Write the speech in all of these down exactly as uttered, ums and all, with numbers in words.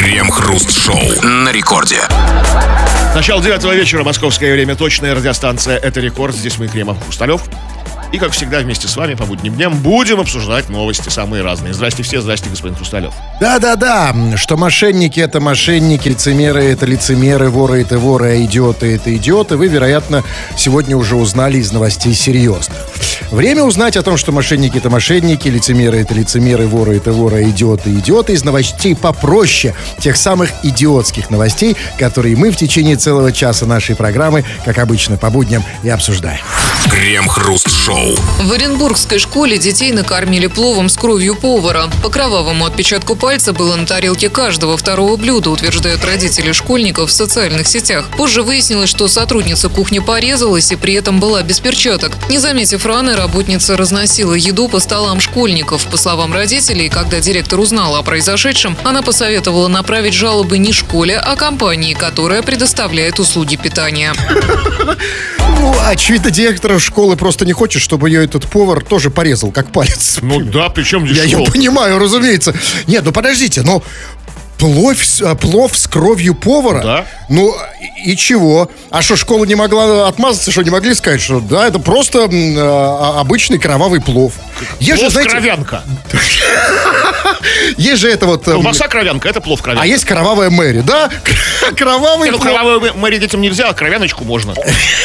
Крем-хруст-шоу на рекорде. Начало девятого вечера, московское время, точная радиостанция «Это рекорд». Здесь мы, Кремов, Хрусталев. И, как всегда, вместе с вами по будним дням будем обсуждать новости самые разные. Здрасте все, здрасте, господин Хрусталев. Да-да-да, что мошенники — это мошенники, лицемеры — это лицемеры, воры — это воры, а идиоты — это идиоты. Вы, вероятно, сегодня уже узнали из новостей серьезных. Время узнать о том, что мошенники — это мошенники, лицемеры — это лицемеры, воры — это воры, а идиоты — идиоты, из новостей попроще, тех самых идиотских новостей, которые мы в течение целого часа нашей программы, как обычно, по будням и обсуждаем. Крем-хруст-шоу. В Оренбургской школе детей накормили пловом с кровью повара. По кровавому отпечатку пальца было на тарелке каждого второго блюда, утверждают родители школьников в социальных сетях. Позже выяснилось, что сотрудница кухни порезалась и при этом была без перчаток. Не заметив раны, работница разносила еду по столам школьников. По словам родителей, когда директор узнала о произошедшем, она посоветовала направить жалобы не школе, а компании, которая предоставляет услуги питания. Ну, очевидно, директор школы просто не хочет, чтобы ее этот повар тоже порезал, как палец. Ну да, причем здесь Я школа? ее понимаю, разумеется. Нет, ну подождите, но плов, с- плов с кровью повара? Да. Ну, и и чего? А что, школа не могла отмазаться, что не могли сказать, что да, это просто м, а, обычный кровавый плов. Есть же, знаете, Плов-кровянка. есть же это вот... эм, Колбаса-кровянка, это плов-кровянка. А есть кровавая Мэри, да? Кровавый Ну, плов. кровавую Мэри детям нельзя, а кровяночку можно.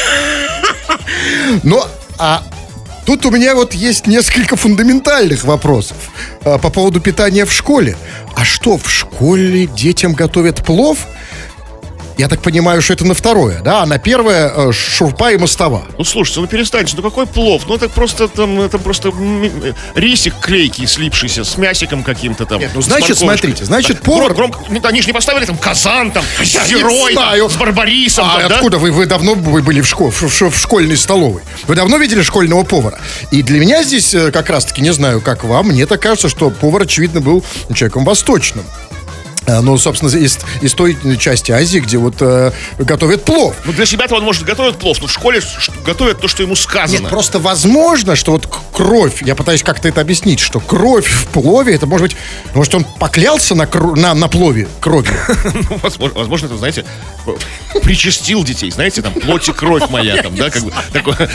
Но, а тут у меня вот есть несколько фундаментальных вопросов а, по поводу питания в школе. А что, в школе детям готовят плов? Я так понимаю, что это на второе, да? А на первое э, шурпа и мостова. Ну, слушайте, ну перестаньте, ну какой плов? Ну, это просто там, это просто м, э, рисик клейкий, слипшийся, с мясиком каким-то там. Нет, ну, с значит, морковочкой. смотрите, значит, Так, повар- гром- громко- ну, они же не поставили там казан, там, с Я не зерой, там, знаю. с барбарисом, А там, да? откуда вы? Вы давно вы были в, школ, в, в- в школьной столовой? Вы давно видели школьного повара? И для меня здесь э, как раз-таки, не знаю, как вам, мне так кажется, что повар, очевидно, был человеком восточным. А, Ну, собственно, из, из той части Азии, где вот э, готовят плов. Ну, для себя-то он, может, готовит плов, но в школе ш- готовят то, что ему сказано. Нет, просто возможно, что вот к- кровь, я пытаюсь как-то это объяснить, что кровь в плове, это может быть, может, он поклялся на, кро- на, на плове кровью. Ну, возможно, возможно, это, знаете, причастил детей, знаете, там, плоть и кровь моя, там, да, как бы, такое.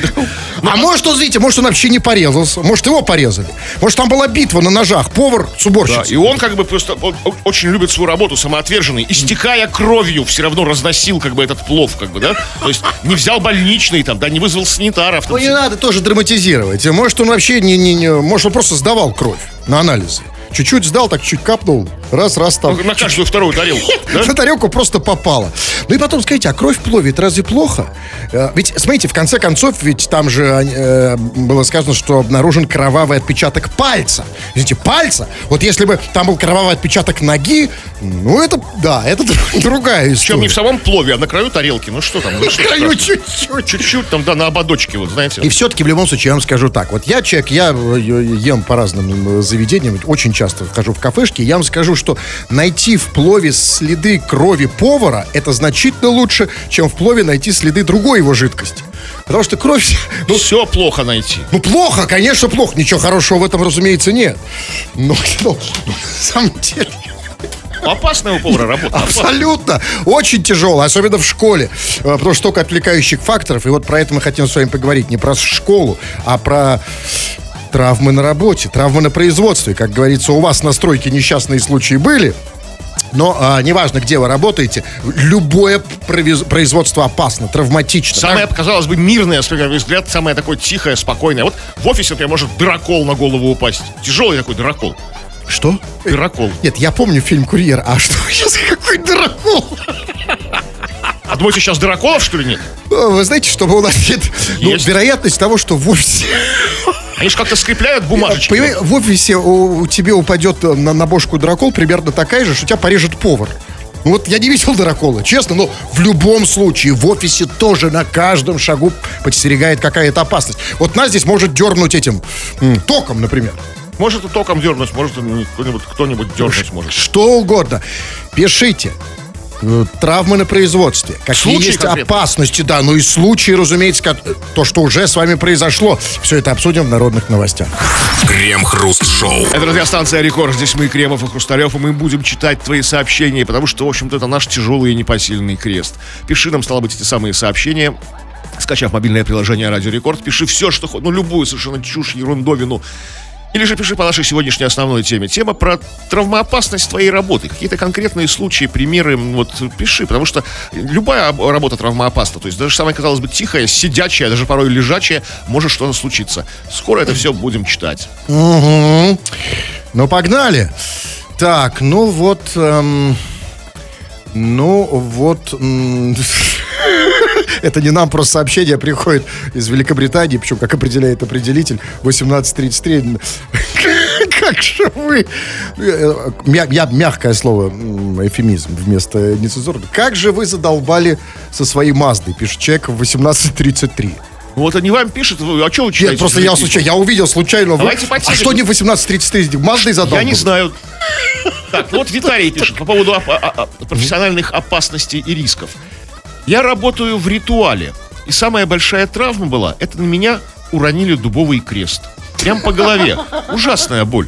А может, он, видите, может, он вообще не порезался, может, его порезали. Может, там была битва на ножах, повар с Да, уборщицей. и он как бы просто он о- очень любит свою работу, самоотверженный, истекая кровью, все равно разносил как бы этот плов, как бы, да? То есть не взял больничный там, да, не вызвал санитаров. Ну, Там, не надо тоже драматизировать. Может, он вообще не, не, не... Может, он просто сдавал кровь на анализы. Чуть-чуть сдал, так чуть капнул. Раз, раз там. на каждую вторую тарелку, да? На тарелку просто попало. Ну и потом скажите, а кровь в плове, это разве плохо? Э, Ведь, смотрите, в конце концов, ведь там же э, было сказано, что обнаружен кровавый отпечаток пальца. Извините, пальца? Вот если бы там был кровавый отпечаток ноги, ну это, да, это другая история. Причем не в самом плове, а на краю тарелки. Ну что там? Ну, что краю страшного? чуть-чуть. Чуть-чуть там, да, на ободочке, вот, знаете. И все-таки в любом случае я вам скажу так. Вот я человек, я э, ем по разным э, заведениям, очень часто хожу в кафешки, и я вам скажу, что найти в плове следы крови повара, это значительно лучше, чем в плове найти следы другой его жидкости. Потому что кровь... Ну, Все плохо найти. ну плохо, конечно, плохо. Ничего хорошего в этом, разумеется, нет. Но, ну, на самом деле... Опасная у повара работа. Абсолютно. Очень тяжело, особенно в школе. Э, Потому что столько отвлекающих факторов. И вот про это мы хотим с вами поговорить. Не про школу, а про травмы на работе, травмы на производстве. Как говорится, у вас на стройке несчастные случаи были. Но а, неважно, где вы работаете, любое провиз- производство опасно, травматично. Самое, казалось бы, мирное, с первого взгляда, самое такое тихое, спокойное. Вот в офисе, например, может дырокол на голову упасть. Тяжелый такой дырокол. Что? Дырокол. Нет, я помню фильм «Курьер». А что сейчас? Какой дырокол? А думаете, сейчас дыроколов, что ли, нет? Вы знаете, чтобы у нас нет... Ну, Есть. вероятность того, что в офисе... Они же как-то скрепляют бумажечки. Понимаете, в офисе у, у тебе упадет на, на бошку дракол примерно такая же, что тебя порежет повар. Ну вот я не видел дракола, честно, но в любом случае в офисе тоже на каждом шагу подстерегает какая-то опасность. Вот нас здесь может дернуть этим м, током, например. Может и током дернуть, может и кто-нибудь, кто-нибудь дернуть может. Что угодно. Пишите. э, травмы на производстве, какие Случаи есть конкретно? опасности, да, ну и случаи, разумеется, как- то, что уже с вами произошло. Все это обсудим в народных новостях. Крем-хруст-шоу. Это радиостанция «Рекорд». Здесь мы, Кремов и Хрусталев, и мы будем читать твои сообщения, потому что, в общем-то, это наш тяжелый и непосильный крест. Пиши нам, стало быть, эти самые сообщения, скачав мобильное приложение «Радио Рекорд». Пиши все, что хочешь, ну, любую совершенно чушь, ерундовину. Или же пиши по нашей сегодняшней основной теме. Тема про травмоопасность твоей работы. Какие-то конкретные случаи, примеры, вот пиши. Потому что любая об- работа травмоопасна. То есть даже самая, казалось бы, тихая, сидячая, даже порой лежачая, может что-то случиться. Скоро это все будем читать. Угу. Ну, погнали. Так, ну вот... эм, ну вот... м, Это не нам, просто сообщение приходит из Великобритании, причем, как определяет определитель, восемнадцать тридцать три. Как же вы... Мя- я- Мягкое слово, м, эвфемизм вместо нецензурного. Как же вы задолбали со своей Маздой, пишет человек в восемнадцать тридцать три. Вот они вам пишут, вы- а что вы читаете? Нет, просто я случайно, я увидел случайно. Давайте А потерпим. что не в восемнадцать тридцать три? Маздой задолбал? Я не знаю. Так, ну вот Виталий пишет по поводу оп- а- а- профессиональных опасностей и рисков. Я работаю в ритуале, и самая большая травма была, это на меня уронили дубовый крест. Прям по голове. Ужасная боль.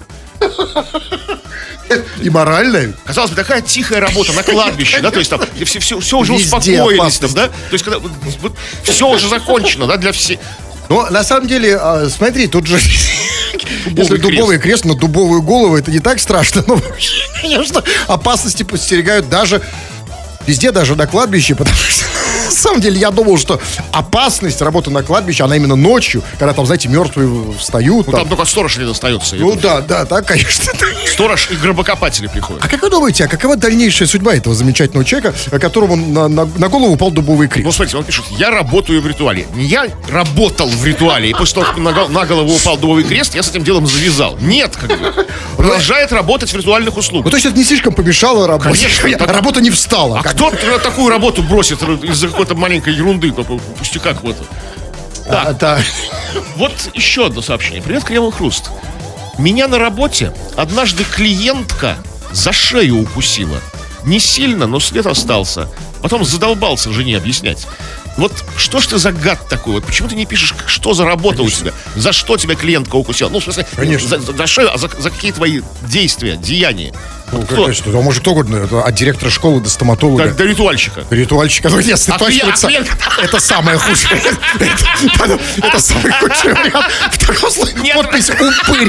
И моральная? Казалось бы, такая тихая работа на кладбище, да, то есть там где все, все, все уже Везде успокоились, там, опасность. да, то есть когда вот, вот все уже закончено, да, для всех. Но на самом деле, а, смотри, тут же... Если крест. дубовый крест на дубовую голову, это не так страшно. Но вообще, конечно, опасности подстерегают даже везде, даже на кладбище, потому что на самом деле я думал, что опасность работы на кладбище, она именно ночью, когда там, знаете, мертвые встают. Ну там. там только сторож не достается. Ну да, да, так, конечно. Сторож и гробокопатели приходят. А как вы думаете, а какова дальнейшая судьба этого замечательного человека, которому на, на, на голову упал дубовый крест? Ну, смотрите, он пишет, я работаю в ритуале. Не я работал в ритуале, и после того, как на, гол- на голову упал дубовый крест, я с этим делом завязал. Нет, как бы. Продолжает работать в ритуальных Ну, услугах. то есть это не слишком помешало работе. Конечно, так- Работа не встала. А Как- кто т- такую работу бросит из-за какой-то маленькой ерунды, какого- пустяка какого-то? А, да. Вот еще одно сообщение. Привет, Крем и Хруст. Меня на работе однажды клиентка за шею укусила. Не сильно, но след остался. Потом задолбался жене объяснять. Вот что ж ты за гад такой? Вот почему ты не пишешь, что за работа у тебя? За что тебя клиентка укусила? Ну, в смысле, Конечно. за, за- за шею, а за, за какие твои действия, деяния? Ну, Кто? конечно, да, может кто угодно, это от директора школы до стоматолога. До, до ритуальщика. Ритуальщика. Ну, нет, А ритуальщик клиент- это, а клиент- это самое худшее. Это- Это самый худший вариант. В таком случае Нет. подпись «Упырь».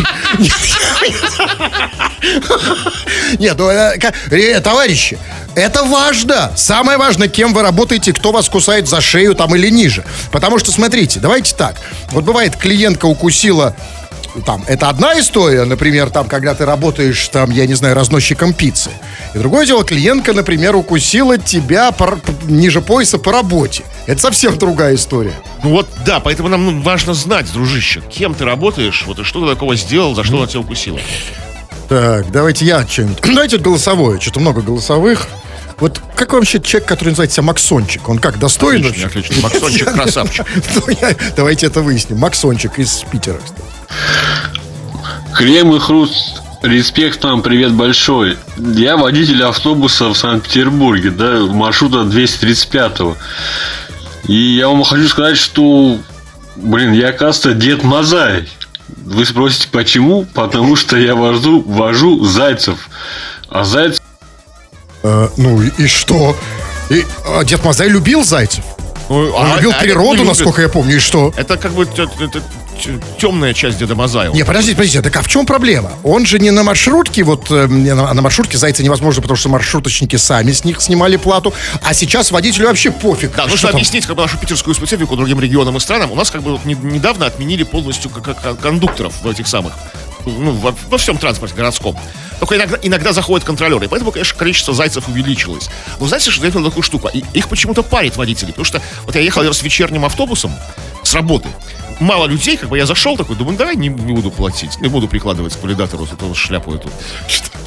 Нет, ну, э, ка- э, товарищи, это важно. Самое важное, кем вы работаете, кто вас кусает за шею там или ниже. Потому что, смотрите, давайте так. Вот бывает, клиентка укусила... Там, это одна история, например, там, когда ты работаешь, там, я не знаю, разносчиком пиццы. И другое дело, клиентка, например, укусила тебя по- по- ниже пояса по работе. Это совсем другая история. Ну вот, да, поэтому нам ну, важно знать, дружище, кем ты работаешь, вот и что ты такого сделал, за что она тебя укусила. Так, давайте я что-нибудь. Давайте голосовое, что-то много голосовых. Вот как вообще человек, который называет себя Максончик, он как, достоин? Отлично, вообще? отлично. Максончик красавчик. Ну, я- Давайте это выясним. Максончик из Питера, кстати. Крем и Хруст, респект вам, привет большой. Я водитель автобуса в Санкт-Петербурге, да, маршрута двести тридцать пятого. И я вам хочу сказать, что, блин, я, оказывается, Дед Мазай. Вы спросите, почему? Потому что я вожу, вожу зайцев. А зайцы... Э, ну и, и что? И, а Дед Мазай любил зайцев? Ну, Он а- любил а природу, это не насколько я помню, и что? Это как бы т- т- т- т- темная часть Деда Мазая. Не, подождите, подождите, так а в чем проблема? Он же не на маршрутке, вот э, не на, а на маршрутке зайца невозможно, потому что маршруточники сами с них снимали плату, а сейчас водителю вообще пофиг. Да, ну что что там. объяснить как бы нашу питерскую специфику другим регионам и странам, у нас как бы вот не- недавно отменили полностью к- к- кондукторов в этих самых, ну, во, во всем транспорте городском. Только иногда, иногда заходят контролеры, и поэтому, конечно, количество зайцев увеличилось. Но знаете, что я заметил такую штуку? И- их почему-то парит водители, потому что вот я ехал с вечерним автобусом с работы, мало людей, как бы я зашел такой, думаю, давай не, не буду платить, не буду прикладывать к валидатору вот эту вот шляпу эту.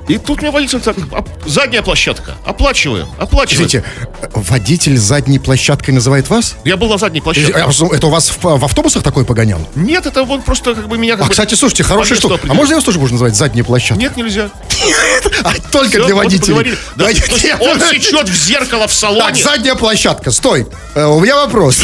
И тут мне водитель так, «А, задняя площадка, оплачиваем, оплачиваем». Извините, водитель задней площадкой называет вас? Я был на задней площадке. Это у вас в, в автобусах такой погонял? Нет, это он просто как бы меня... Как А, бы, кстати, слушайте, хорошая по месту штука. А определил. можно я вас тоже можно называть задней площадкой? Нет, нельзя. А только Всё, для вот водителей. поговорили. Да, Водитель- то есть он сечет в зеркало в Так, салоне. задняя площадка, стой. Э, У меня вопрос.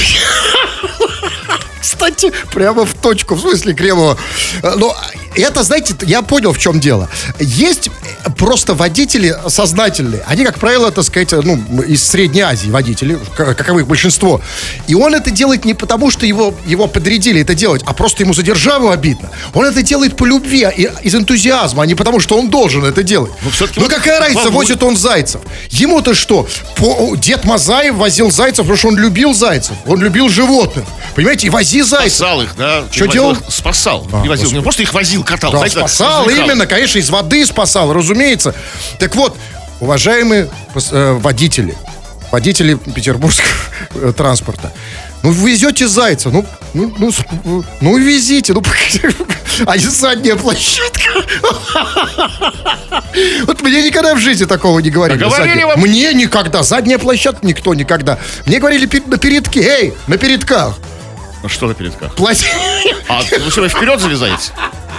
Кстати, прямо в точку, в смысле Кремова. Э, Но это, знаете, я понял, в чем дело. Есть просто водители сознательные. Они, как правило, так сказать, ну, из Средней Азии водители, к- каковых большинство. И он это делает не потому, что его, его подрядили это делать, а просто ему за державу обидно. Он это делает по любви, и- из энтузиазма, а не потому, что он должен это делать. Ну, всё-таки Ну, вот какая разница, волнует. возит он зайцев? Ему-то что? По- Дед Мазаев возил зайцев, потому что он любил зайцев. Он любил животных. Понимаете, и вози зайцев. Спасал их, да. Что Возил делал? их, Спасал. А, не возил. господи. Не просто их возил, катал. Да, знаете, так, спасал, развлекал. именно, конечно, из воды спасал, разумеется. Так вот, уважаемые пос- э, водители, водители петербургского э, транспорта, ну, вы везете зайца, ну, ну, ну, сп- ну, везите, ну, а не задняя площадка. Вот мне никогда в жизни такого не говорили. Да говорили Задняя- вам. Мне никогда, задняя площадка никто никогда. Мне говорили пер- на передке, эй, на передках. Ну, что на передках? Площ- А вы что, вы вперед залезаете?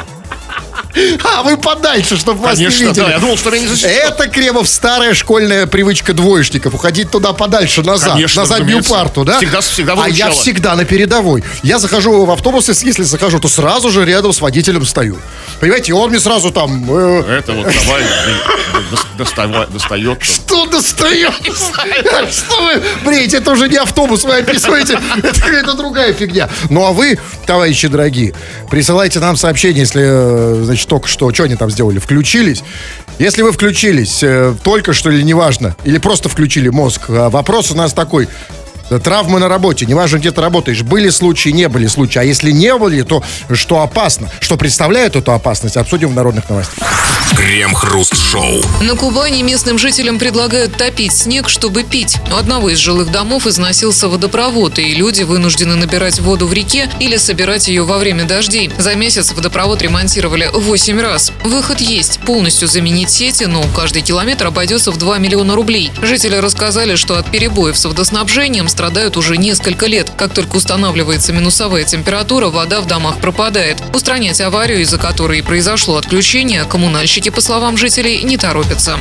А, вы подальше, чтобы вас не Конечно, видели. да. Я думал, что вы не засечете. Это, Кремов, старая школьная привычка двоечников. Уходить туда подальше, назад, Конечно, на заднюю разумеется. парту, да? Всегда- всегда А я выручала. всегда на передовой. Я захожу в автобус, и если захожу, то сразу же рядом с водителем стою. Понимаете, и он мне сразу там... э, Это вот давай, до- доставай- достает. там. Что достает? Что вы бреете? Это уже не автобус, вы описываете. Это какая-то другая фигня. Ну, а вы, товарищи дорогие, присылайте нам сообщение, если, э, значит, только что, что они там сделали, включились. Если вы включились э, только что или неважно, или просто включили мозг, а вопрос у нас такой. Травмы на работе, неважно, где ты работаешь, были случаи, не были случаи. А если не были, то что опасно? Что представляет эту опасность, обсудим в народных новостях. Крем-хруст-шоу. На Кубани местным жителям предлагают топить снег, чтобы пить. У одного из жилых домов износился водопровод, и люди вынуждены набирать воду в реке или собирать ее во время дождей. За месяц водопровод ремонтировали восемь раз. Выход есть – полностью заменить сети, но каждый километр обойдется в два миллиона рублей. Жители рассказали, что от перебоев с водоснабжением страдают уже несколько лет. Как только устанавливается минусовая температура, вода в домах пропадает. Устранять аварию, из-за которой и произошло отключение, коммунальщики, по словам жителей, не торопятся.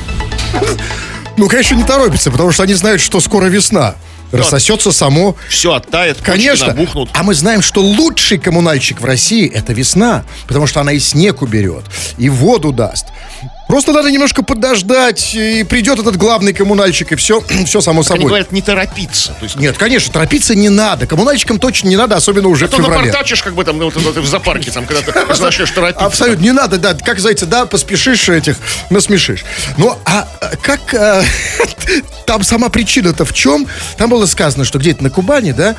Ну, конечно, не торопятся, потому что они знают, что скоро весна. Рассосется само. Все оттает, почки Конечно. набухнут. А мы знаем, что лучший коммунальщик в России – это весна, потому что она и снег уберет, и воду даст. Просто надо немножко подождать, и придет этот главный коммунальщик, и все, все само Они собой. говорят, не торопиться. То есть, Нет, конечно, торопиться не надо. Коммунальщикам точно не надо, особенно уже в то феврале. напортачишь, как бы там, ну, вот, вот, в зоопарке, там, когда ты начнешь торопиться. Абсолютно не надо, да, как зайца, да, поспешишь этих, насмешишь. Ну, а а как, а, там сама причина-то в чем? Там было сказано, что где-то на Кубани, да,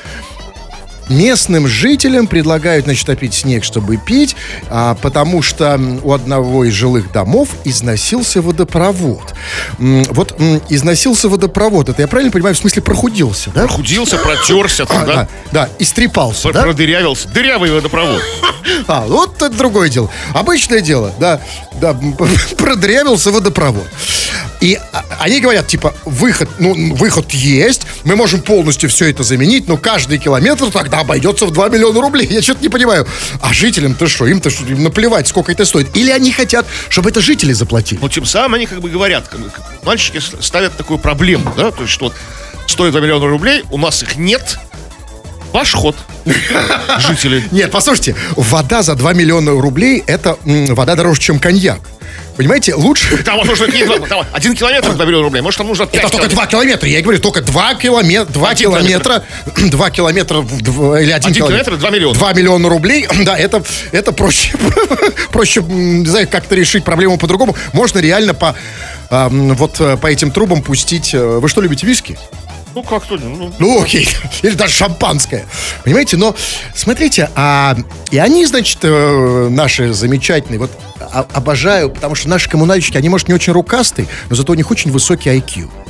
местным жителям предлагают, значит, топить снег, чтобы пить, а, потому что м, у одного из жилых домов износился водопровод. М, Вот м, износился водопровод, это я правильно понимаю, в смысле прохудился, да? Худился, протерся, А, там, да, да? да, истрепался, Про- да? Продырявился. Дырявый водопровод. А, вот это другое дело. Обычное дело, да, да, м, продырявился водопровод. И а, они говорят, типа, выход, ну, выход есть, мы можем полностью все это заменить, но каждый километр тогда обойдется в два миллиона рублей. Я что-то не понимаю. А жителям-то что? Им-то что? Им наплевать, сколько это стоит. Или они хотят, чтобы это жители заплатили? Но тем самым они как бы говорят, как- как мальчики с- ставят такую проблему, да, то есть что вот стоит два миллиона рублей, у нас их нет, ваш ход, жители. Нет, послушайте, вода за два миллиона рублей, это м, вода дороже, чем коньяк. Понимаете, лучше... Там, возможно, не два, там один километр два миллиона рублей, может, там нужно пять Это только километров. два километра. Я и говорю, только два километра. Два Один километра. Два километра в дв- или один, Один километр и два миллиона. Два миллиона рублей. Да, это, это проще. Проще, м, не знаю, как-то решить проблему по-другому. Можно реально по а, м, вот э, по этим трубам пустить. э, Вы что, любите виски? Ну, как-то, ну, Ну, окей. Или даже шампанское. Понимаете, но смотрите, а, и они, значит, э, наши замечательные, вот а- обожаю, потому что наши коммунальщики, они, может, не очень рукастые, но зато у них очень высокий ай кью.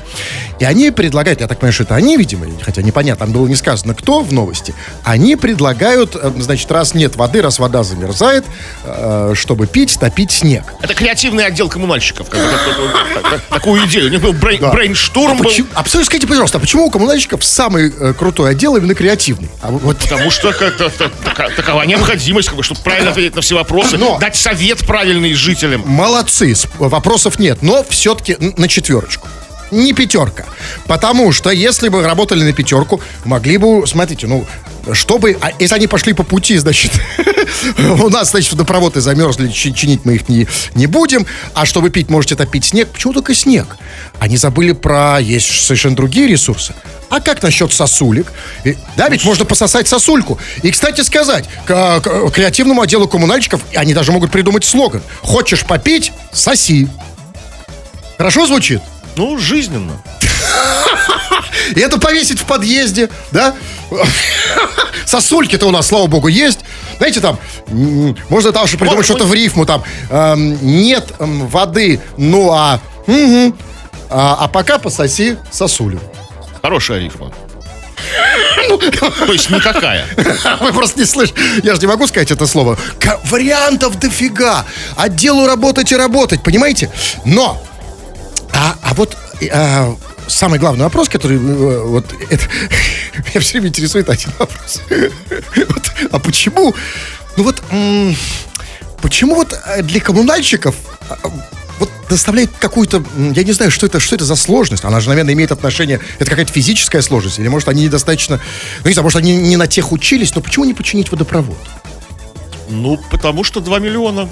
И они предлагают, я так понимаю, что это они, видимо, хотя непонятно, там было не сказано, кто в новости, они предлагают, значит, раз нет воды, раз вода замерзает, чтобы пить, топить снег. Это креативный отдел коммунальщиков. Такую идею. У них был брейншторм. А скажите, пожалуйста, а почему у коммунальщиков самый крутой отдел именно креативный? Потому что такова необходимость, чтобы правильно ответить на все вопросы, дать совет правильный жителям. Молодцы, вопросов нет, но все-таки на четверочку. Не пятерка. Потому что если бы работали на пятерку, могли бы, смотрите, ну, чтобы, а если они пошли по пути, значит, у нас, значит, водопроводы замерзли, чинить мы их не, не будем, а чтобы пить, можете топить снег. Почему только снег? Они забыли про, есть совершенно другие ресурсы. А как насчет сосулек? И, да, ведь можно пососать сосульку. И, кстати сказать, к, к креативному отделу коммунальщиков они даже могут придумать слоган. Хочешь попить? Соси. Хорошо звучит? Ну, жизненно. И это повесить в подъезде, да? Сосульки-то у нас, слава богу, есть. Знаете, там, можно там же придумать что-то в рифму, там, эм, нет эм, воды, ну а, угу, а, а пока пососи сосулю. Хорошая рифма. То есть никакая. Вы просто не слышите. Я же не могу сказать это слово. К- вариантов дофига. Отделу работать и работать, понимаете? Но, а, а вот... А, самый главный вопрос, который вот, это, меня все время интересует один вопрос. Вот, а почему, ну вот, м- почему вот для коммунальщиков вот доставляет какую-то, я не знаю, что это, что это за сложность. Она же, наверное, имеет отношение, это какая-то физическая сложность, или может они недостаточно, ну не знаю, может они не на тех учились, но почему не починить водопровод? Ну, потому что два миллиона.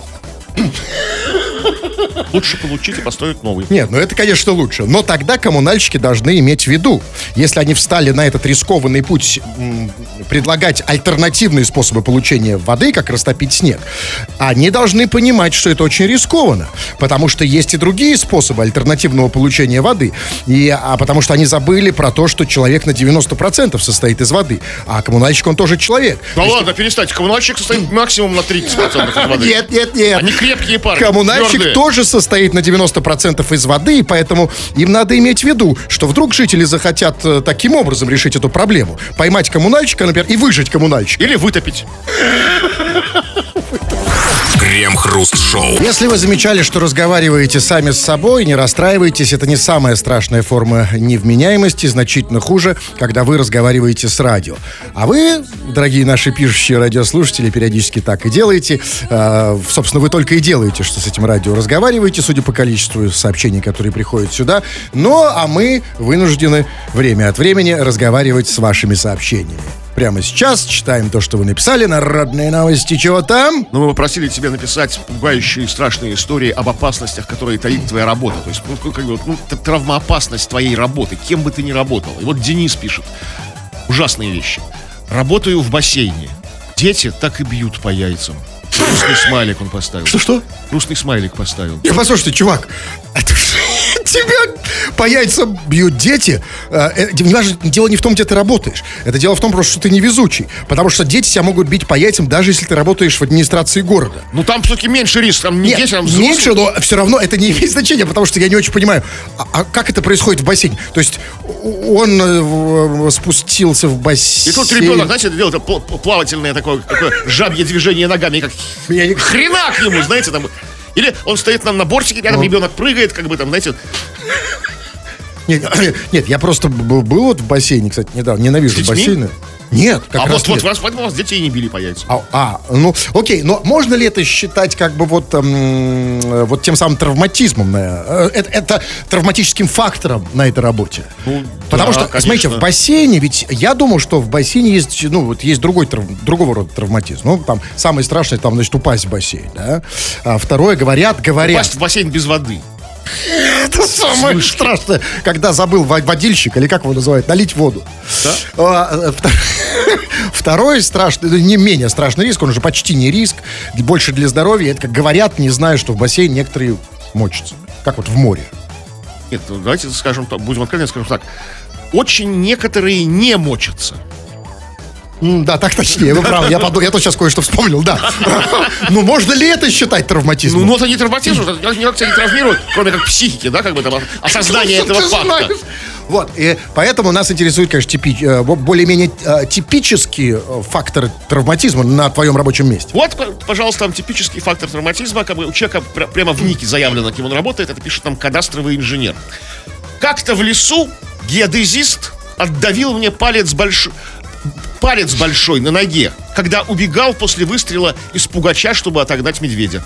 Лучше получить и построить новый. Нет, ну это, конечно, лучше. Но тогда коммунальщики должны иметь в виду, если они встали на этот рискованный путь м, предлагать альтернативные способы получения воды, как растопить снег, они должны понимать, что это очень рискованно. Потому что есть и другие способы альтернативного получения воды. И, а потому что они забыли про то, что человек на девяносто процентов состоит из воды. А коммунальщик, он тоже человек. Да ладно, есть... перестаньте. Коммунальщик состоит максимум на тридцать процентов из воды. Нет, нет, нет. Они крепкие парни. Коммунальщик твердые. тоже состоит на девяносто процентов из воды, и поэтому им надо иметь в виду, что вдруг жители захотят э, таким образом решить эту проблему. Поймать коммунальщика, например, и выжать коммунальщика. Или вытопить. Крем-хруст-шоу. Если вы замечали, что разговариваете сами с собой, не расстраивайтесь, это не самая страшная форма невменяемости, значительно хуже, когда вы разговариваете с радио. А вы, дорогие наши пишущие радиослушатели, периодически так и делаете. Э, собственно, вы только и делаете, что с этим радио разговариваете, судя по количеству сообщений, которые приходят сюда. Ну, а мы вынуждены время от времени разговаривать с вашими сообщениями. Прямо сейчас читаем то, что вы написали. Народные новости, чего там? Ну, мы попросили тебя написать пугающие страшные истории об опасностях, которые таит твоя работа. То есть, ну, как бы, ну, травмоопасность твоей работы, кем бы ты ни работал. И вот Денис пишет ужасные вещи. Работаю в бассейне. Дети так и бьют по яйцам. Грустный смайлик он поставил. Что-что? Грустный смайлик поставил. Не, послушайте, чувак, это тебя по яйцам бьют дети. Дело не в том, где ты работаешь. Это дело в том, просто, что ты невезучий. Потому что дети тебя могут бить по яйцам, даже если ты работаешь в администрации города. Ну там все-таки меньше риск, там не Нет, дети, там взрослые. меньше, но все равно это не имеет значения, потому что я не очень понимаю, а, а как это происходит в бассейне? То есть он э, спустился в бассейн. И тут ребенок, знаете, делает плавательное такое, такое жабье движение ногами, как не... хрена к нему, знаете, там. Или он стоит нам на бортике, рядом ребенок прыгает, как бы там, знаете. Нет, нет, я просто был вот в бассейне, кстати, недавно. Ненавижу бассейны. Нет, как а раз вот, нет. вот, вот, вас детей не били по яйцам. А, а, ну, окей, но можно ли это считать как бы вот, эм, вот тем самым травматизмом, э, это, это травматическим фактором на этой работе? Ну, Потому да, что, конечно. Смотрите, в бассейне, ведь я думал, что в бассейне есть, ну, вот есть другой, трав, другого рода травматизм. Ну, там, самое страшное, там, значит, упасть в бассейн, да? А второе, говорят, говорят... Упасть в бассейн без воды. Это самое Слышки. страшное, когда забыл водильщик, или как его называют, налить воду. Да? А, второй страшный, не менее страшный риск, он уже почти не риск, больше для здоровья. Это, как говорят, не знаю, что в бассейне некоторые мочатся, как вот в море. Нет, давайте скажем, будем откровенны, скажем так. Очень некоторые не мочатся. М, Да, так точнее, вы правы. Я подумал, я тут сейчас кое-что вспомнил, да. Ну, можно ли это считать Ну, травматизмом? ну, это не травматизм, это никак тебя не травмирует, кроме как психики, да, как бы там осознание Что этого ты факта. знаешь? Вот, и поэтому нас интересует, конечно, типи- э, бо- более-менее э, типический э, фактор травматизма на твоем рабочем месте. Вот, п- пожалуйста, там типический фактор травматизма, как бы у человека пр- прямо в нике заявлено, кем он работает, это пишет там кадастровый инженер. Как-то в лесу геодезист отдавил мне палец большой, палец большой на ноге, когда убегал после выстрела из пугача, чтобы отогнать медведя.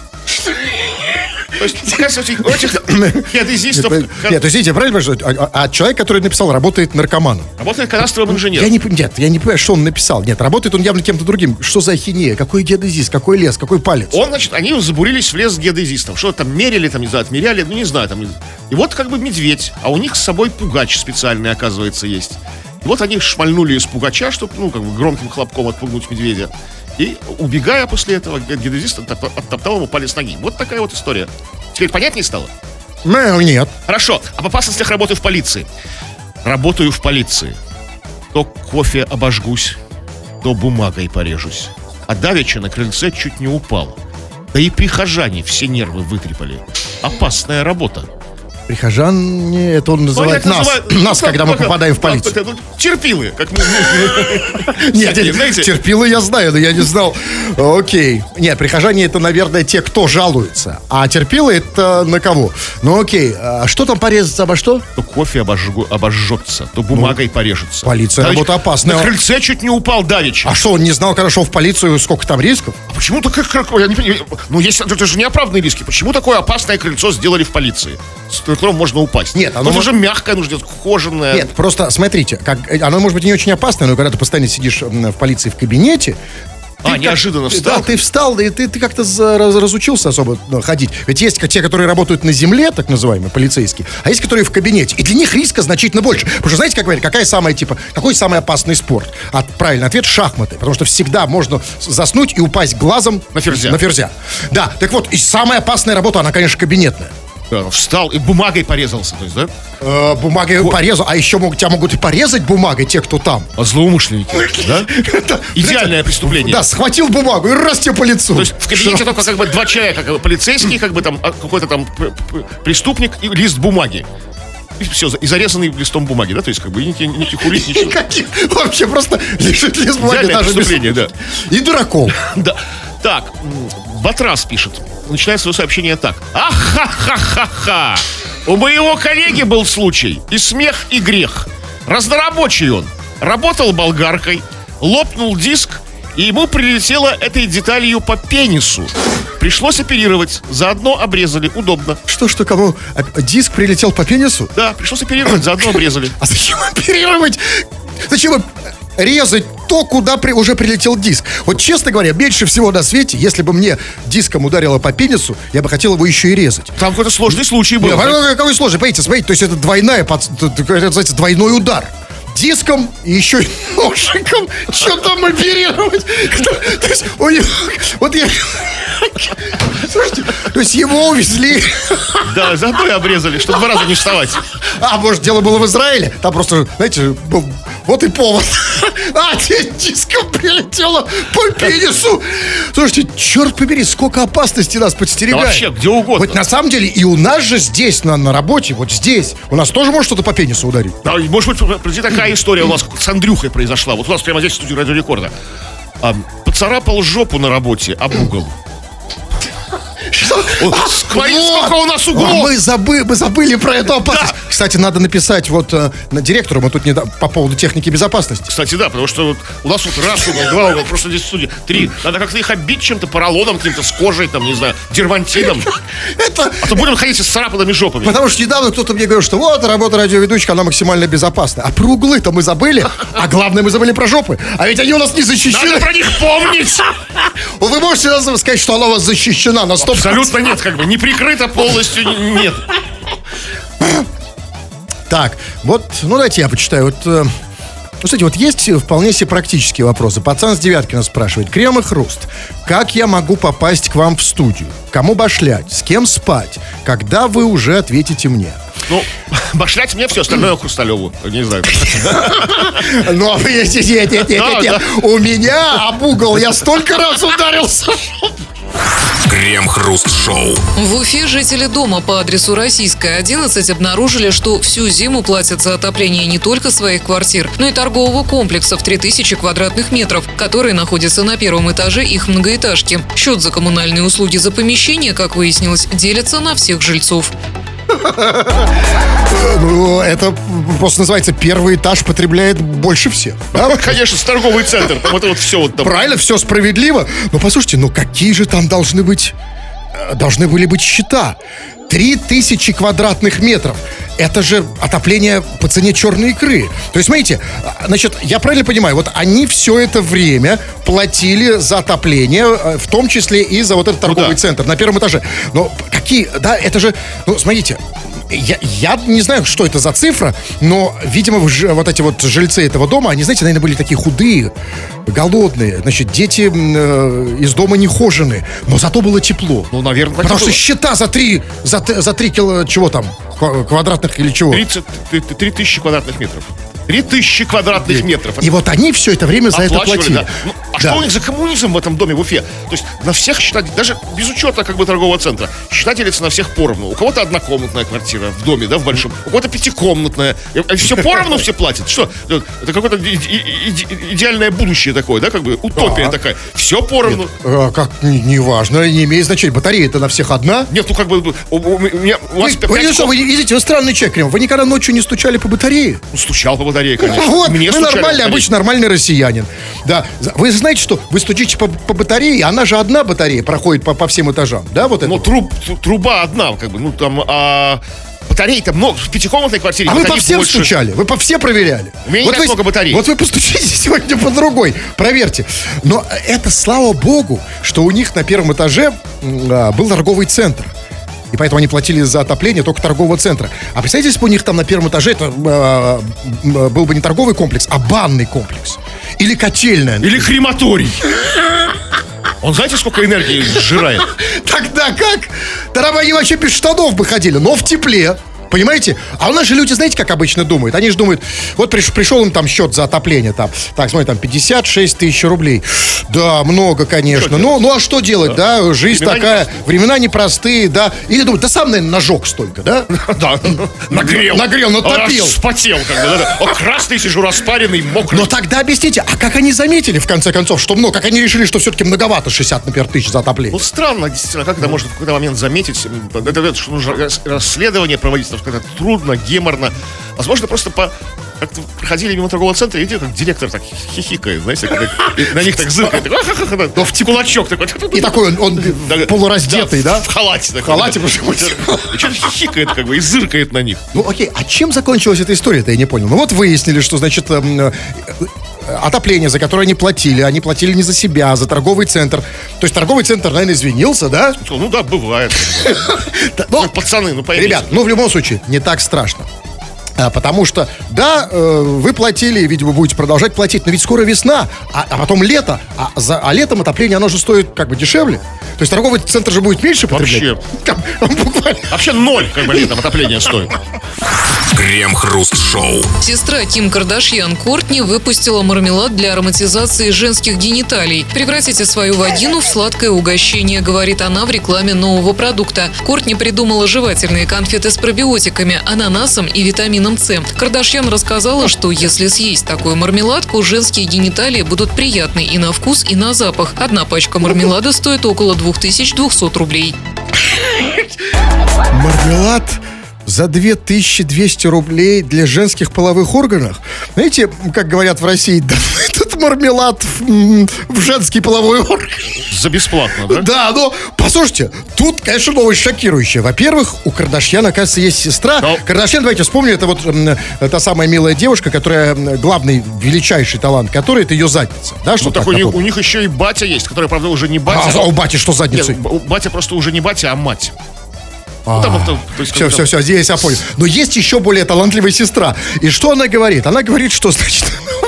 То есть, оказывается, у этих геодезистов Нет, то есть, видите, я правильно понимаю, что а, а человек, который написал, работает наркоманом. работает кадастровым Я инженером. не, пон- нет, я не понимаю, что он написал. Нет, работает он явно кем-то другим. Что за ахинея? Какой геодезист? Какой лес? Какой палец? Он, значит, они забурились в лес с геодезистом. Что-то там мерили, там, не знаю, отмеряли, ну, не знаю, там. И вот как бы медведь, а у них с собой пугач специальный, оказывается, есть. И вот они шмальнули из пугача, чтобы, ну, как бы громким хлопком отпугнуть медведя. И, убегая после этого, геодезист оттоп- оттоптал ему палец ноги. Вот такая вот история. Теперь понятнее стало? Ну, нет. Хорошо. Об опасностях работы в полиции. Работаю в полиции. То кофе обожгусь, то бумагой порежусь. А давеча на крыльце чуть не упал. Да и прихожане все нервы вытрепали. Опасная работа. Прихожане, это он называет Ну, это нас. называют- Нас, ну, когда мы как- попадаем в как полицию. это, ну, терпилы, как мы. Нет, Всякие, нет, знаете? терпилы я знаю, но я не знал. Окей. Нет, прихожане это, наверное, те, кто жалуется. А терпилы это на кого? Ну окей. А что там порезаться обо что? То кофе обожгу- обожжется, то бумагой порежется. полиция Давич работа опасная. На крыльце чуть не упал давеча. А что, он не знал, хорошо, в полицию, сколько там рисков? А почему такое, как, я не понимаю, ну, есть, это же неоправданные риски. Почему такое опасное крыльцо сделали в полиции, с которым можно упасть? Нет, оно это мож- же мягкое, нужно делать, кожаное. Нет, просто смотрите, как, оно может быть и не очень опасное, но когда ты постоянно сидишь м, в полиции в кабинете, А, ты неожиданно как- встал. Да, ты встал, и ты, ты как-то за- раз- разучился особо ну, ходить. Ведь есть те, которые работают на земле, так называемые, полицейские, а есть, которые в кабинете. И для них риска значительно больше. Потому что, знаете, как говорят, какая самая, типа, какой самый опасный спорт? А, правильный ответ — шахматы. Потому что всегда можно заснуть и упасть глазом На ферзя. На ферзя. Да, так вот, и самая опасная работа, она, конечно, кабинетная. Да, встал и бумагой порезался, то есть, да? Э, бумагой порезал, а еще могут, тебя могут и порезать бумагой те, кто там. А злоумышленники, да? Идеальное преступление. Да, схватил бумагу и раз тебе по лицу. То есть в кабинете только как бы два человека, как бы полицейский, как бы там а, какой-то там п- п- преступник и лист бумаги. И все, и зарезанный листом бумаги, да? То есть как бы никаких ни хулит, ничего. Каких? Вообще просто лежит лист бумаги Идеальное даже без... преступление, да. И дураком. Да. Так, м, Батрас пишет. Начинает свое сообщение так. Ахахахаха. У моего коллеги был случай. И смех, и грех. Разнорабочий он. Работал болгаркой, лопнул диск, и ему прилетело этой деталью по пенису. Пришлось оперировать. Заодно обрезали. Удобно. Что, что, кому? А, диск прилетел по пенису? Да, пришлось оперировать. Заодно обрезали. А зачем оперировать? Зачем резать то, куда при- уже прилетел диск? Вот, честно говоря, меньше всего на свете, если бы мне диском ударило по пенису, я бы хотел его еще и резать. Там какой-то сложный случай был. Нет, а какой сложный, понимаете, смотрите, то есть это двойная, под- это называется двойной удар. Диском и еще и ножиком. Что там оперировать? То есть у него... Вот я... Слушайте, то есть его увезли... Да, заодно и обрезали, чтобы два раза не вставать. А, может, дело было в Израиле? Там просто, знаете, был... Вот и повод. А, диском прилетело по пенису. Слушайте, черт побери, сколько опасности нас подстерегает. Да вообще, где угодно. Вот на самом деле и у нас же здесь, на, на работе, вот здесь, у нас тоже может что-то по пенису ударить. Да, и, может быть, произойти такая история у нас с Андрюхой произошла. Вот у нас прямо здесь в студии Радио Рекорда. А, поцарапал жопу на работе об угол. Вот, смотри, сколько у нас углов! Мы, забы, мы забыли про эту опасность. Да. Кстати, надо написать вот э, на директору, мы тут не до- по поводу техники безопасности. Кстати, да, потому что вот у нас вот раз угол, два угол, просто здесь в студии три. Надо как-то их оббить чем-то, поролоном, каким-то с кожей, там, не знаю, дермантином. Это... А то будем ходить с царапанными жопами. Потому что недавно кто-то мне говорил, что вот, работа радиоведущего, она максимально безопасна. А про углы-то мы забыли. А главное, мы забыли про жопы. А ведь они у нас не защищены. Надо про них помнить! Вы можете нам сказать, что она у вас защищена на сто процентов? Абсолютно нет, как бы, не прикрыто полностью, нет. Так, вот, ну дайте я почитаю. Вот, э, ну, кстати, вот есть вполне себе практические вопросы. Пацан с девятки нас спрашивает. Крем и хруст. Как я могу попасть к вам в студию? Кому башлять? С кем спать? Когда вы уже ответите мне? Ну, башлять мне все остальное Хрусталеву. Не знаю. Но, нет, нет, нет, нет, нет. У меня об угол я столько раз ударился. Крем-хруст-шоу. В Уфе жители дома по адресу Российская, одиннадцать обнаружили, что всю зиму платят за отопление не только своих квартир, но и торгового комплекса в три тысячи квадратных метров, который находится на первом этаже их многоэтажки. Счет за коммунальные услуги за помещение, как выяснилось, делится на всех жильцов. Ну, это просто называется, первый этаж потребляет больше всех. Да? Конечно, с торговый центр. Там это вот все вот там. Правильно, все справедливо. Но послушайте, ну какие же там должны быть, должны были быть счета? Три тысячи квадратных метров. Это же отопление по цене черной икры. То есть, смотрите, значит, я правильно понимаю, вот они все это время платили за отопление, в том числе и за вот этот торговый ну, да. центр на первом этаже. Но какие, да, это же, ну, смотрите, я, я не знаю, что это за цифра, но, видимо, вот эти вот жильцы этого дома, они, знаете, наверное, были такие худые, голодные. Значит, дети э, из дома не хожены, но зато было тепло. Ну, наверное, так Потому что было. счета за три, за, за три кило, чего там, квадратных или чего? тридцать три тысячи квадратных метров. Три тысячи квадратных метров. И вот они все это время за это платили. Да. Ну, а Да. что у них за коммунизм в этом доме в Уфе? То есть на всех счета, даже без учета как бы торгового центра, счета делятся на всех поровну. У кого-то однокомнатная квартира в доме, да, в большом. У кого-то пятикомнатная. И все поровну все платят. Что? Это какое-то и- и- и- идеальное будущее такое, да, как бы утопия Да. такая. Все поровну. А, как, не, не важно, не имеет значения. Батарея-то на всех одна. Нет, ну как бы у, у меня, у вас Вы, вы, пять что, вы, ком- видите, вы странный человек, Крем. Вы никогда ночью не стучали по батарее? Ну, стучал по батарее, конечно. Вот, Мне вы стучали по нормальный, батарее. обычно нормальный россиянин. Да. Вы знаете, что вы стучите по, по батарее, она же одна батарея проходит по, по всем этажам. Да, вот это? Ну, труб, тру- труба одна, как бы, ну, там, а батарей-то много. В пятикомнатной квартире А вы по батарей всем больше. стучали, вы по все проверяли. У меня не вот так вы, много батарей. Вот вы постучите сегодня по другой, проверьте. Но это, слава богу, что у них на первом этаже м, а, был торговый центр. И поэтому они платили за отопление только торгового центра. А представьте, если бы у них там на первом этаже это, э, э, был бы не торговый комплекс, а банный комплекс. Или котельная. Или крематорий. Он знаете, сколько энергии сжирает? Тогда как? Тогда бы они вообще без штанов бы ходили, но в тепле. Понимаете? А у нас же люди, знаете, как обычно думают? Они же думают, вот приш, пришел им там счет за отопление, там, так, смотри, там пятьдесят шесть тысяч рублей. Да, много, конечно. Ну, ну, а что делать, да? да? Жизнь Времена такая, непростые. времена непростые, да. Или думают, да сам, наверное, нажег столько, да? Да, нагрел. Нагрел, натопил. Аж вспотел, как бы, да-да. О, красный сижу, распаренный, мокрый. Но тогда объясните, а как они заметили, в конце концов, что много? Как они решили, что все-таки многовато шестьдесят, например, тысяч за отопление? Ну, странно, действительно, как это можно в какой-то момент заметить? Это, это что нужно рас- расследование проводить, потому что это трудно, геморно. Возможно, просто по... Как-то проходили мимо торгового центра, и видите, как директор так хихикает, знаете, как, и на них так зыркает. Так, ха-ха-ха, да, но в кулачок такой. И такой он, он Да, полураздетый, да? В халате. такой, В халате, да. потому что- И что-то хихикает, как бы, и зыркает на них. Ну, окей, а чем закончилась эта история-то, я не понял. Ну, вот выяснили, что, значит, эм, э, э, отопление, за которое они платили, они платили не за себя, а за торговый центр. То есть торговый центр, наверное, извинился, да? Ну да, бывает. Да, ну, Ну, пацаны, ну поймите. ребят, ну, в любом случае, не так страшно. А, потому что, да, э, вы платили, и, видимо, будете продолжать платить, но ведь скоро весна, а, а потом лето, а, за, а летом отопление, оно же стоит как бы дешевле. То есть торговый центр же будет меньше потреблять. Вообще. Там, буквально. Вообще ноль, как бы, летом отопление стоит. Крем-хруст-шоу. Сестра Ким Кардашьян Кортни выпустила мармелад для ароматизации женских гениталий. Превратите свою вагину в сладкое угощение, говорит она в рекламе нового продукта. Кортни придумала жевательные конфеты с пробиотиками, ананасом и витамином С. Кардашьян рассказала, что если съесть такую мармеладку, женские гениталии будут приятны и на вкус, и на запах. Одна пачка мармелада стоит около две тысячи двести рублей. Мармелад за две тысячи двести рублей для женских половых органов. Знаете, как говорят в России, да, этот мармелад в, м, в женский половой орган. За бесплатно, да? Да, но, послушайте, тут, конечно, новость шокирующая. Во-первых, у Кардашьян, оказывается, есть сестра. Но- Кардашьян, давайте вспомним, это вот м, та самая милая девушка, которая, м, главный, величайший талант которой, это ее задница. Да, что Ну, так у них, у них еще и батя есть, который, правда, уже не батя. А, а у бати что с Нет, задницей? у батя просто уже не батя, а мать. Ну, там это, то есть, Все, как все, бы, все, здесь я понял. Но есть еще более талантливая сестра. И что она говорит? Она говорит, что, значит,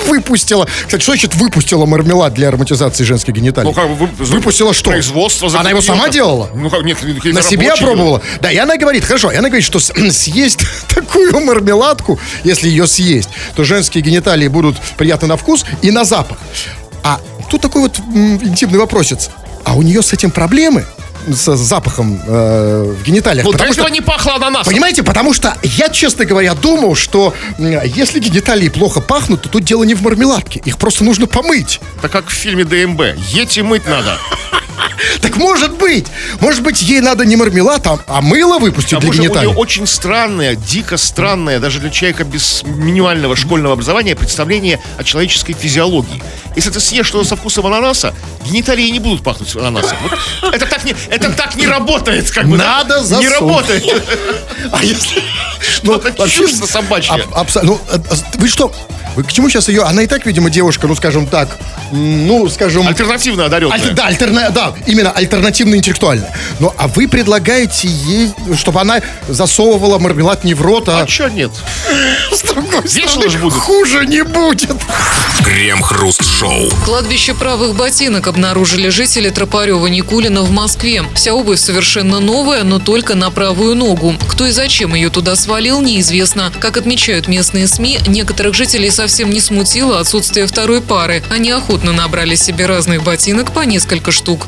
выпустила. Кстати, что значит выпустила мармелад для ароматизации женских гениталий? Ну, как бы вы- Выпустила что? Производство Она его запретила. сама делала? Ну, как, нет, какие-то На себе рабочие. опробовала? Да, и она говорит, хорошо, и она говорит, что с- съесть такую мармеладку, если ее съесть, то женские гениталии будут приятны на вкус и на запах. А тут такой вот м, интимный вопросец. А у нее с этим проблемы? С запахом э, в гениталиях? Вот для Потому этого что- не пахло ананасом. Понимаете, потому что я, честно говоря, думал, что м, если гениталии плохо пахнут, то тут дело не в мармеладке. Их просто нужно помыть. Это как в фильме ДМБ. Ете мыть надо. Так может быть, может быть, ей надо не мармелад, а, а мыло выпустить А для может, у гениталий. нее очень странное, дико странное, даже для человека без минимального школьного образования, представление о человеческой физиологии. Если ты съешь что-то со вкусом ананаса, гениталии не будут пахнуть ананасом. Вот это, так не, это так не работает, как бы. да? Надо Не засунуть. работает. А если... Что-то чушь собачья. аб- абсо- ну, э, э, вы что? Вы к чему сейчас ее? Она и так, видимо, девушка, ну, скажем так, м, ну, скажем... Альтернативно одаренная. Альтер- да, альтерна- да, именно альтернативно-интеллектуальная. Ну, а вы предлагаете ей, чтобы она засовывала мармелад не в рот, а... А чё нет? С другой Весело стороны, ж будет. хуже не будет. Крем-хруст-шоу. Кладбище правых ботинок обнаружили жители Тропарева-Никулина в Москве. Вся обувь совершенно новая, но только на правую ногу. Кто и зачем ее туда свалил, неизвестно. Как отмечают местные СМИ, некоторых жителей совсем не смутило отсутствие второй пары. Они охотно набрали себе разных ботинок по несколько штук.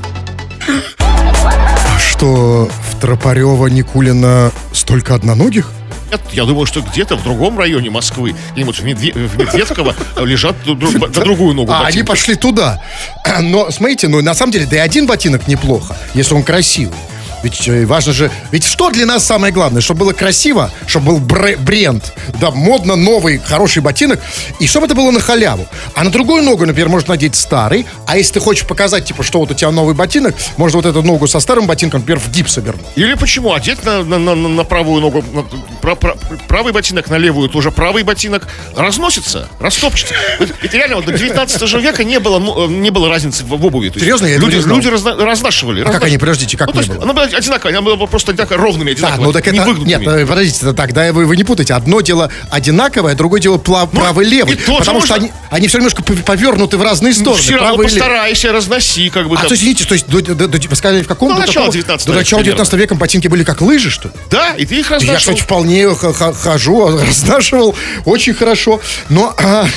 А что, в Тропарева-Никулина столько одноногих? Нет, я думаю, что где-то в другом районе Москвы, где-нибудь в, Медве- в Медведково, лежат дру- дру- на другую ногу А, они ботинки. пошли туда. Но, смотрите, ну, на самом деле, да и один ботинок неплохо, если он красивый. Ведь э, важно же... Ведь что для нас самое главное? Чтобы было красиво, чтобы был бре- бренд, да, модно, новый, хороший ботинок, и чтобы это было на халяву. А на другую ногу, например, можно надеть старый, а если ты хочешь показать, типа, что вот у тебя новый ботинок, можно вот эту ногу со старым ботинком, например, в гипс обернуть. Или почему? Одеть на, на, на- на правую ногу, на- пра- пра- правый ботинок, на левую тоже правый ботинок, разносится, растопчется. Ведь, ведь реально, вот до девятнадцатого века не было, ну, не было разницы в, в обуви. То есть Серьезно? Я этого люди, не знал. люди разна- разнашивали. А как они, подождите, как Ну, то не есть было? она была одинаковая, она была просто одинаково, ровными, Так, одинаковыми, ну так не это... выгнутыми. Нет, э, подождите, это так, да, вы, вы не путайте. Одно дело одинаковое, другое дело пла- Ну, правый-левый. и тоже Потому что можно- они, они все немножко пов- повернуты в разные стороны. Все равно правый и левый. постарайся, разноси, как бы А там. то есть, видите, то есть, до, до- до- вы сказали, в каком? До до начала такого- девятнадцатого До начала века девятнадцатого века ботинки были как лыжи, что ли? Да, и ты их Я, разнашивал. кстати, вполне х- х- хожу, разнашивал очень хорошо. Но, а,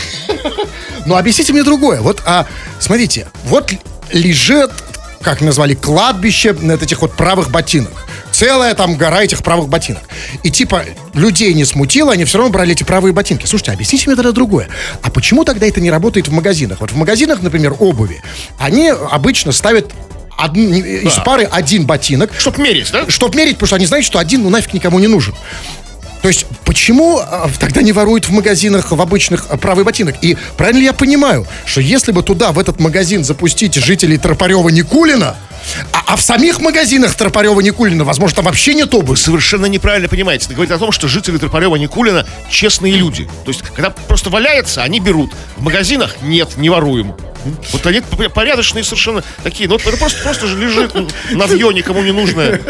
но объясните мне другое. Вот, а, смотрите, вот л- лежит, как назвали, кладбище от этих вот правых ботинок. Целая там гора этих правых ботинок. И типа людей не смутило, они все равно брали эти правые ботинки. Слушайте, объясните мне тогда другое. А почему тогда это не работает в магазинах? Вот в магазинах, например, обуви, они обычно ставят одн- из пары один ботинок, Чтоб мерить, да? чтоб мерить, потому что они знают, что один, ну, нафиг никому не нужен. То есть, почему а, тогда не воруют в магазинах, в обычных а, правый ботинок? И правильно ли я понимаю, что если бы туда, в этот магазин, запустить жителей Тропарева-Никулина, а, а в самих магазинах Тропарева-Никулина, возможно, там вообще нет обуви? Совершенно неправильно понимаете. Это говорит о том, что жители Тропарева-Никулина честные люди. То есть, когда просто валяется, они берут. В магазинах нет, не воруем. Вот они порядочные совершенно такие. Ну, вот это просто, просто же лежит навье, никому не нужное.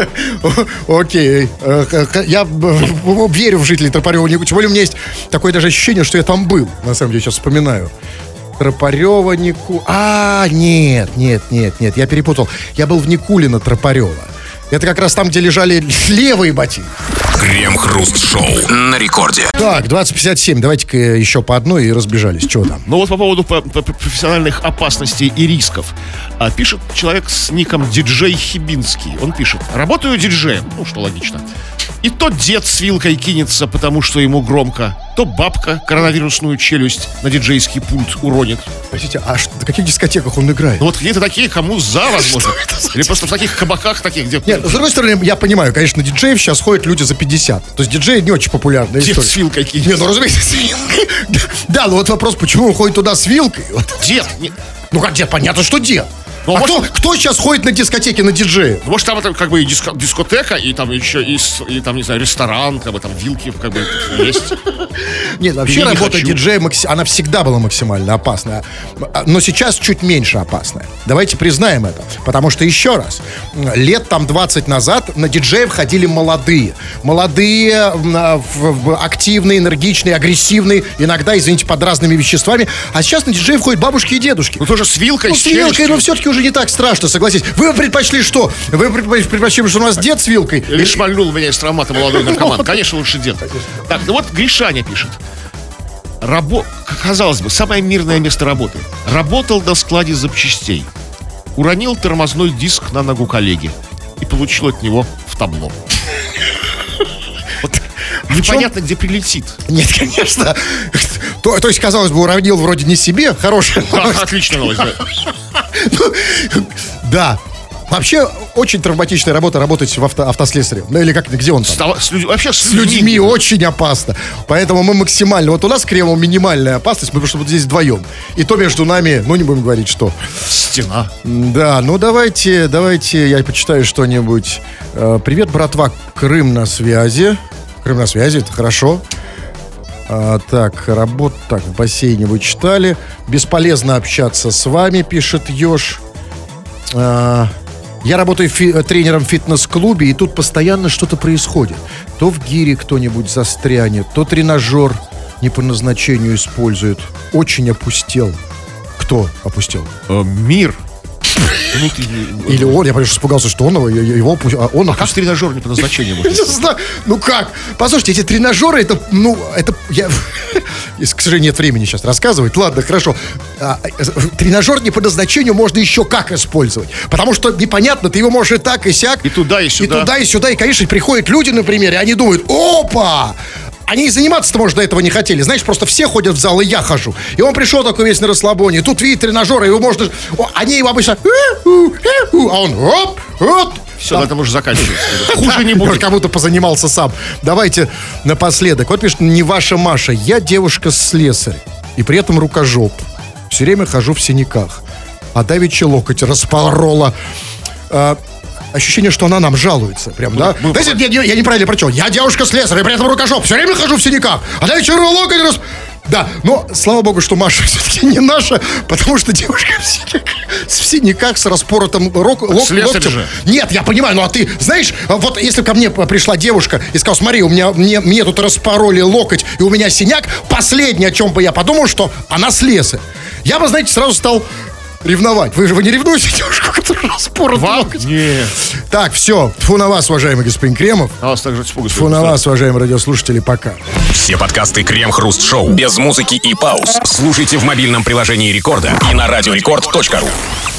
Окей. Э, х- х- Я э, верю в жителей Тропарева-Никулина. Тем более у меня есть такое даже ощущение, что я там был. На самом деле, сейчас вспоминаю. Тропарева, Нику... А, нет, нет, нет, нет, я перепутал. Я был в Никулино, Тропарева. Это как раз там, где лежали левые ботинки. Крем-хруст-шоу на рекорде. Так, двадцать пятьдесят семь. Давайте-ка еще по одной и разбежались. Чего там? Ну вот по поводу по- по- профессиональных опасностей и рисков. А, пишет человек с ником диджей Хибинский. Он пишет: работаю диджеем, ну что логично. И то дед с вилкой кинется, потому что ему громко, то бабка коронавирусную челюсть на диджейский пульт уронит. Простите, а ш- на каких дискотеках он играет? Ну вот какие-то такие, кому за, возможно. Или просто в таких кабаках таких, где Нет, с другой стороны, я понимаю, конечно, диджеев сейчас ходят люди за пятьдесят. То есть диджеи не очень популярная дед история. с вилкой кинется. Нет, ну разумеется, с вилкой. Да, но вот вопрос, почему он ходит туда с вилкой? Вот. Дед, не- Ну как дед? Понятно, что дед. Ну, а может- кто, кто сейчас ходит на дискотеки, на диджеев? Может, там это как бы и диско- дискотека, и там еще и, с- и там, не знаю, ресторан, как бы там вилки как бы есть. Нет, вообще Я не работа хочу. диджея, макси- она всегда была максимально опасная. А, Но сейчас чуть меньше опасная. Давайте признаем это. Потому что, еще раз, лет там двадцать назад на диджеев ходили молодые. Молодые, м, а, в- в- активные, энергичные, агрессивные. Иногда, извините, под разными веществами. А сейчас на диджеев ходят бабушки и дедушки. Ну тоже с вилкой, Ну, с с вилкой, челюстью. но все-таки уже не так страшно, согласись. Вы бы предпочли что? Вы бы предпочли, предпочли, что у нас дед с вилкой? Или шмальнул меня из травмата молодой наркоман. Конечно, лучше дед. Так, ну вот Гришаня пишет. Рабо... Казалось бы, самое мирное место работы. Работал на складе запчастей. Уронил тормозной диск на ногу коллеги. И получил от него в табло. Вот непонятно, где прилетит. Нет, конечно. То, то есть, казалось бы, уронил вроде не себе. Хорошая Да, новость. отличная новость. да. Да. Вообще, очень травматичная работа работать в авто, автослесаре. Ну, или как, где он там? Стало- с людь- Вообще с С людьми очень опасно. Поэтому мы максимально... Вот у нас с Кремом минимальная опасность, мы потому что вот здесь вдвоем. И то между нами, ну, не будем говорить, что. Стена. Да, ну давайте, давайте я почитаю что-нибудь. Э, Привет, братва, Крым на связи. Крым на связи, это хорошо. А, так, работа, так, в бассейне вы читали. Бесполезно общаться с вами, пишет Ёж. А, я работаю фи- тренером в фитнес-клубе, и тут постоянно что-то происходит. То в гире кто-нибудь застрянет, то тренажер не по назначению используют. Очень опустел. Кто опустел? Э, Мир. Ну, ты- Или он, я, конечно, испугался, что он его, его опу- а он А как опустил. тренажер не по назначению Я может? не знаю. Ну как? Послушайте, эти тренажеры, это, ну, это, я, если, к сожалению, нет времени сейчас рассказывать. Ладно, хорошо. А, э, тренажер не по назначению можно еще как использовать. Потому что непонятно, ты его можешь и так, и сяк. И туда, и сюда. И туда, и сюда. И, конечно, приходят люди, например, и они думают, опа! Они и заниматься-то, может, до этого не хотели. Знаешь, просто все ходят в зал, и я хожу. И он пришел такой весь на расслабоне. Тут видит тренажеры, его можно... О, они его обычно... «Э-у, э-у», а он оп, оп. Все, Там- на этом уже заканчивается. Хуже не Может, будет. как будто позанимался сам. Давайте напоследок. Вот пишет, не ваша Маша. Я девушка-слесарь. И при этом рукожоп. Все время хожу в синяках. А давеча локоть распорола. А, ощущение, что она нам жалуется. Прям, да? мы- Знаете, я, я- я неправильно прочел. Я девушка-слесарь, и при этом рукожоп. Все время хожу в синяках. А давеча локоть рас... Да, но слава богу, что Маша все-таки не наша, потому что девушка в синяках, в синяках с распоротым рок, лок, Слесарь локтем. же. Нет, я понимаю, ну а ты, знаешь, вот если ко мне пришла девушка и сказала, смотри, у меня, мне, мне тут распороли локоть, и у меня синяк, последнее, о чем бы я подумал, что она слесарь. Я бы, знаете, сразу стал ревновать. Вы же вы не ревнуете девушку, которая распорот Вам? локоть? Нет. Так, все, фу на вас, уважаемый господин Кремов. А вас также испугу. Фу на вас, уважаемые радиослушатели, пока. Все подкасты Крем-Хруст Шоу без музыки и пауз слушайте в мобильном приложении Рекорда и на радиорекорд точка ру.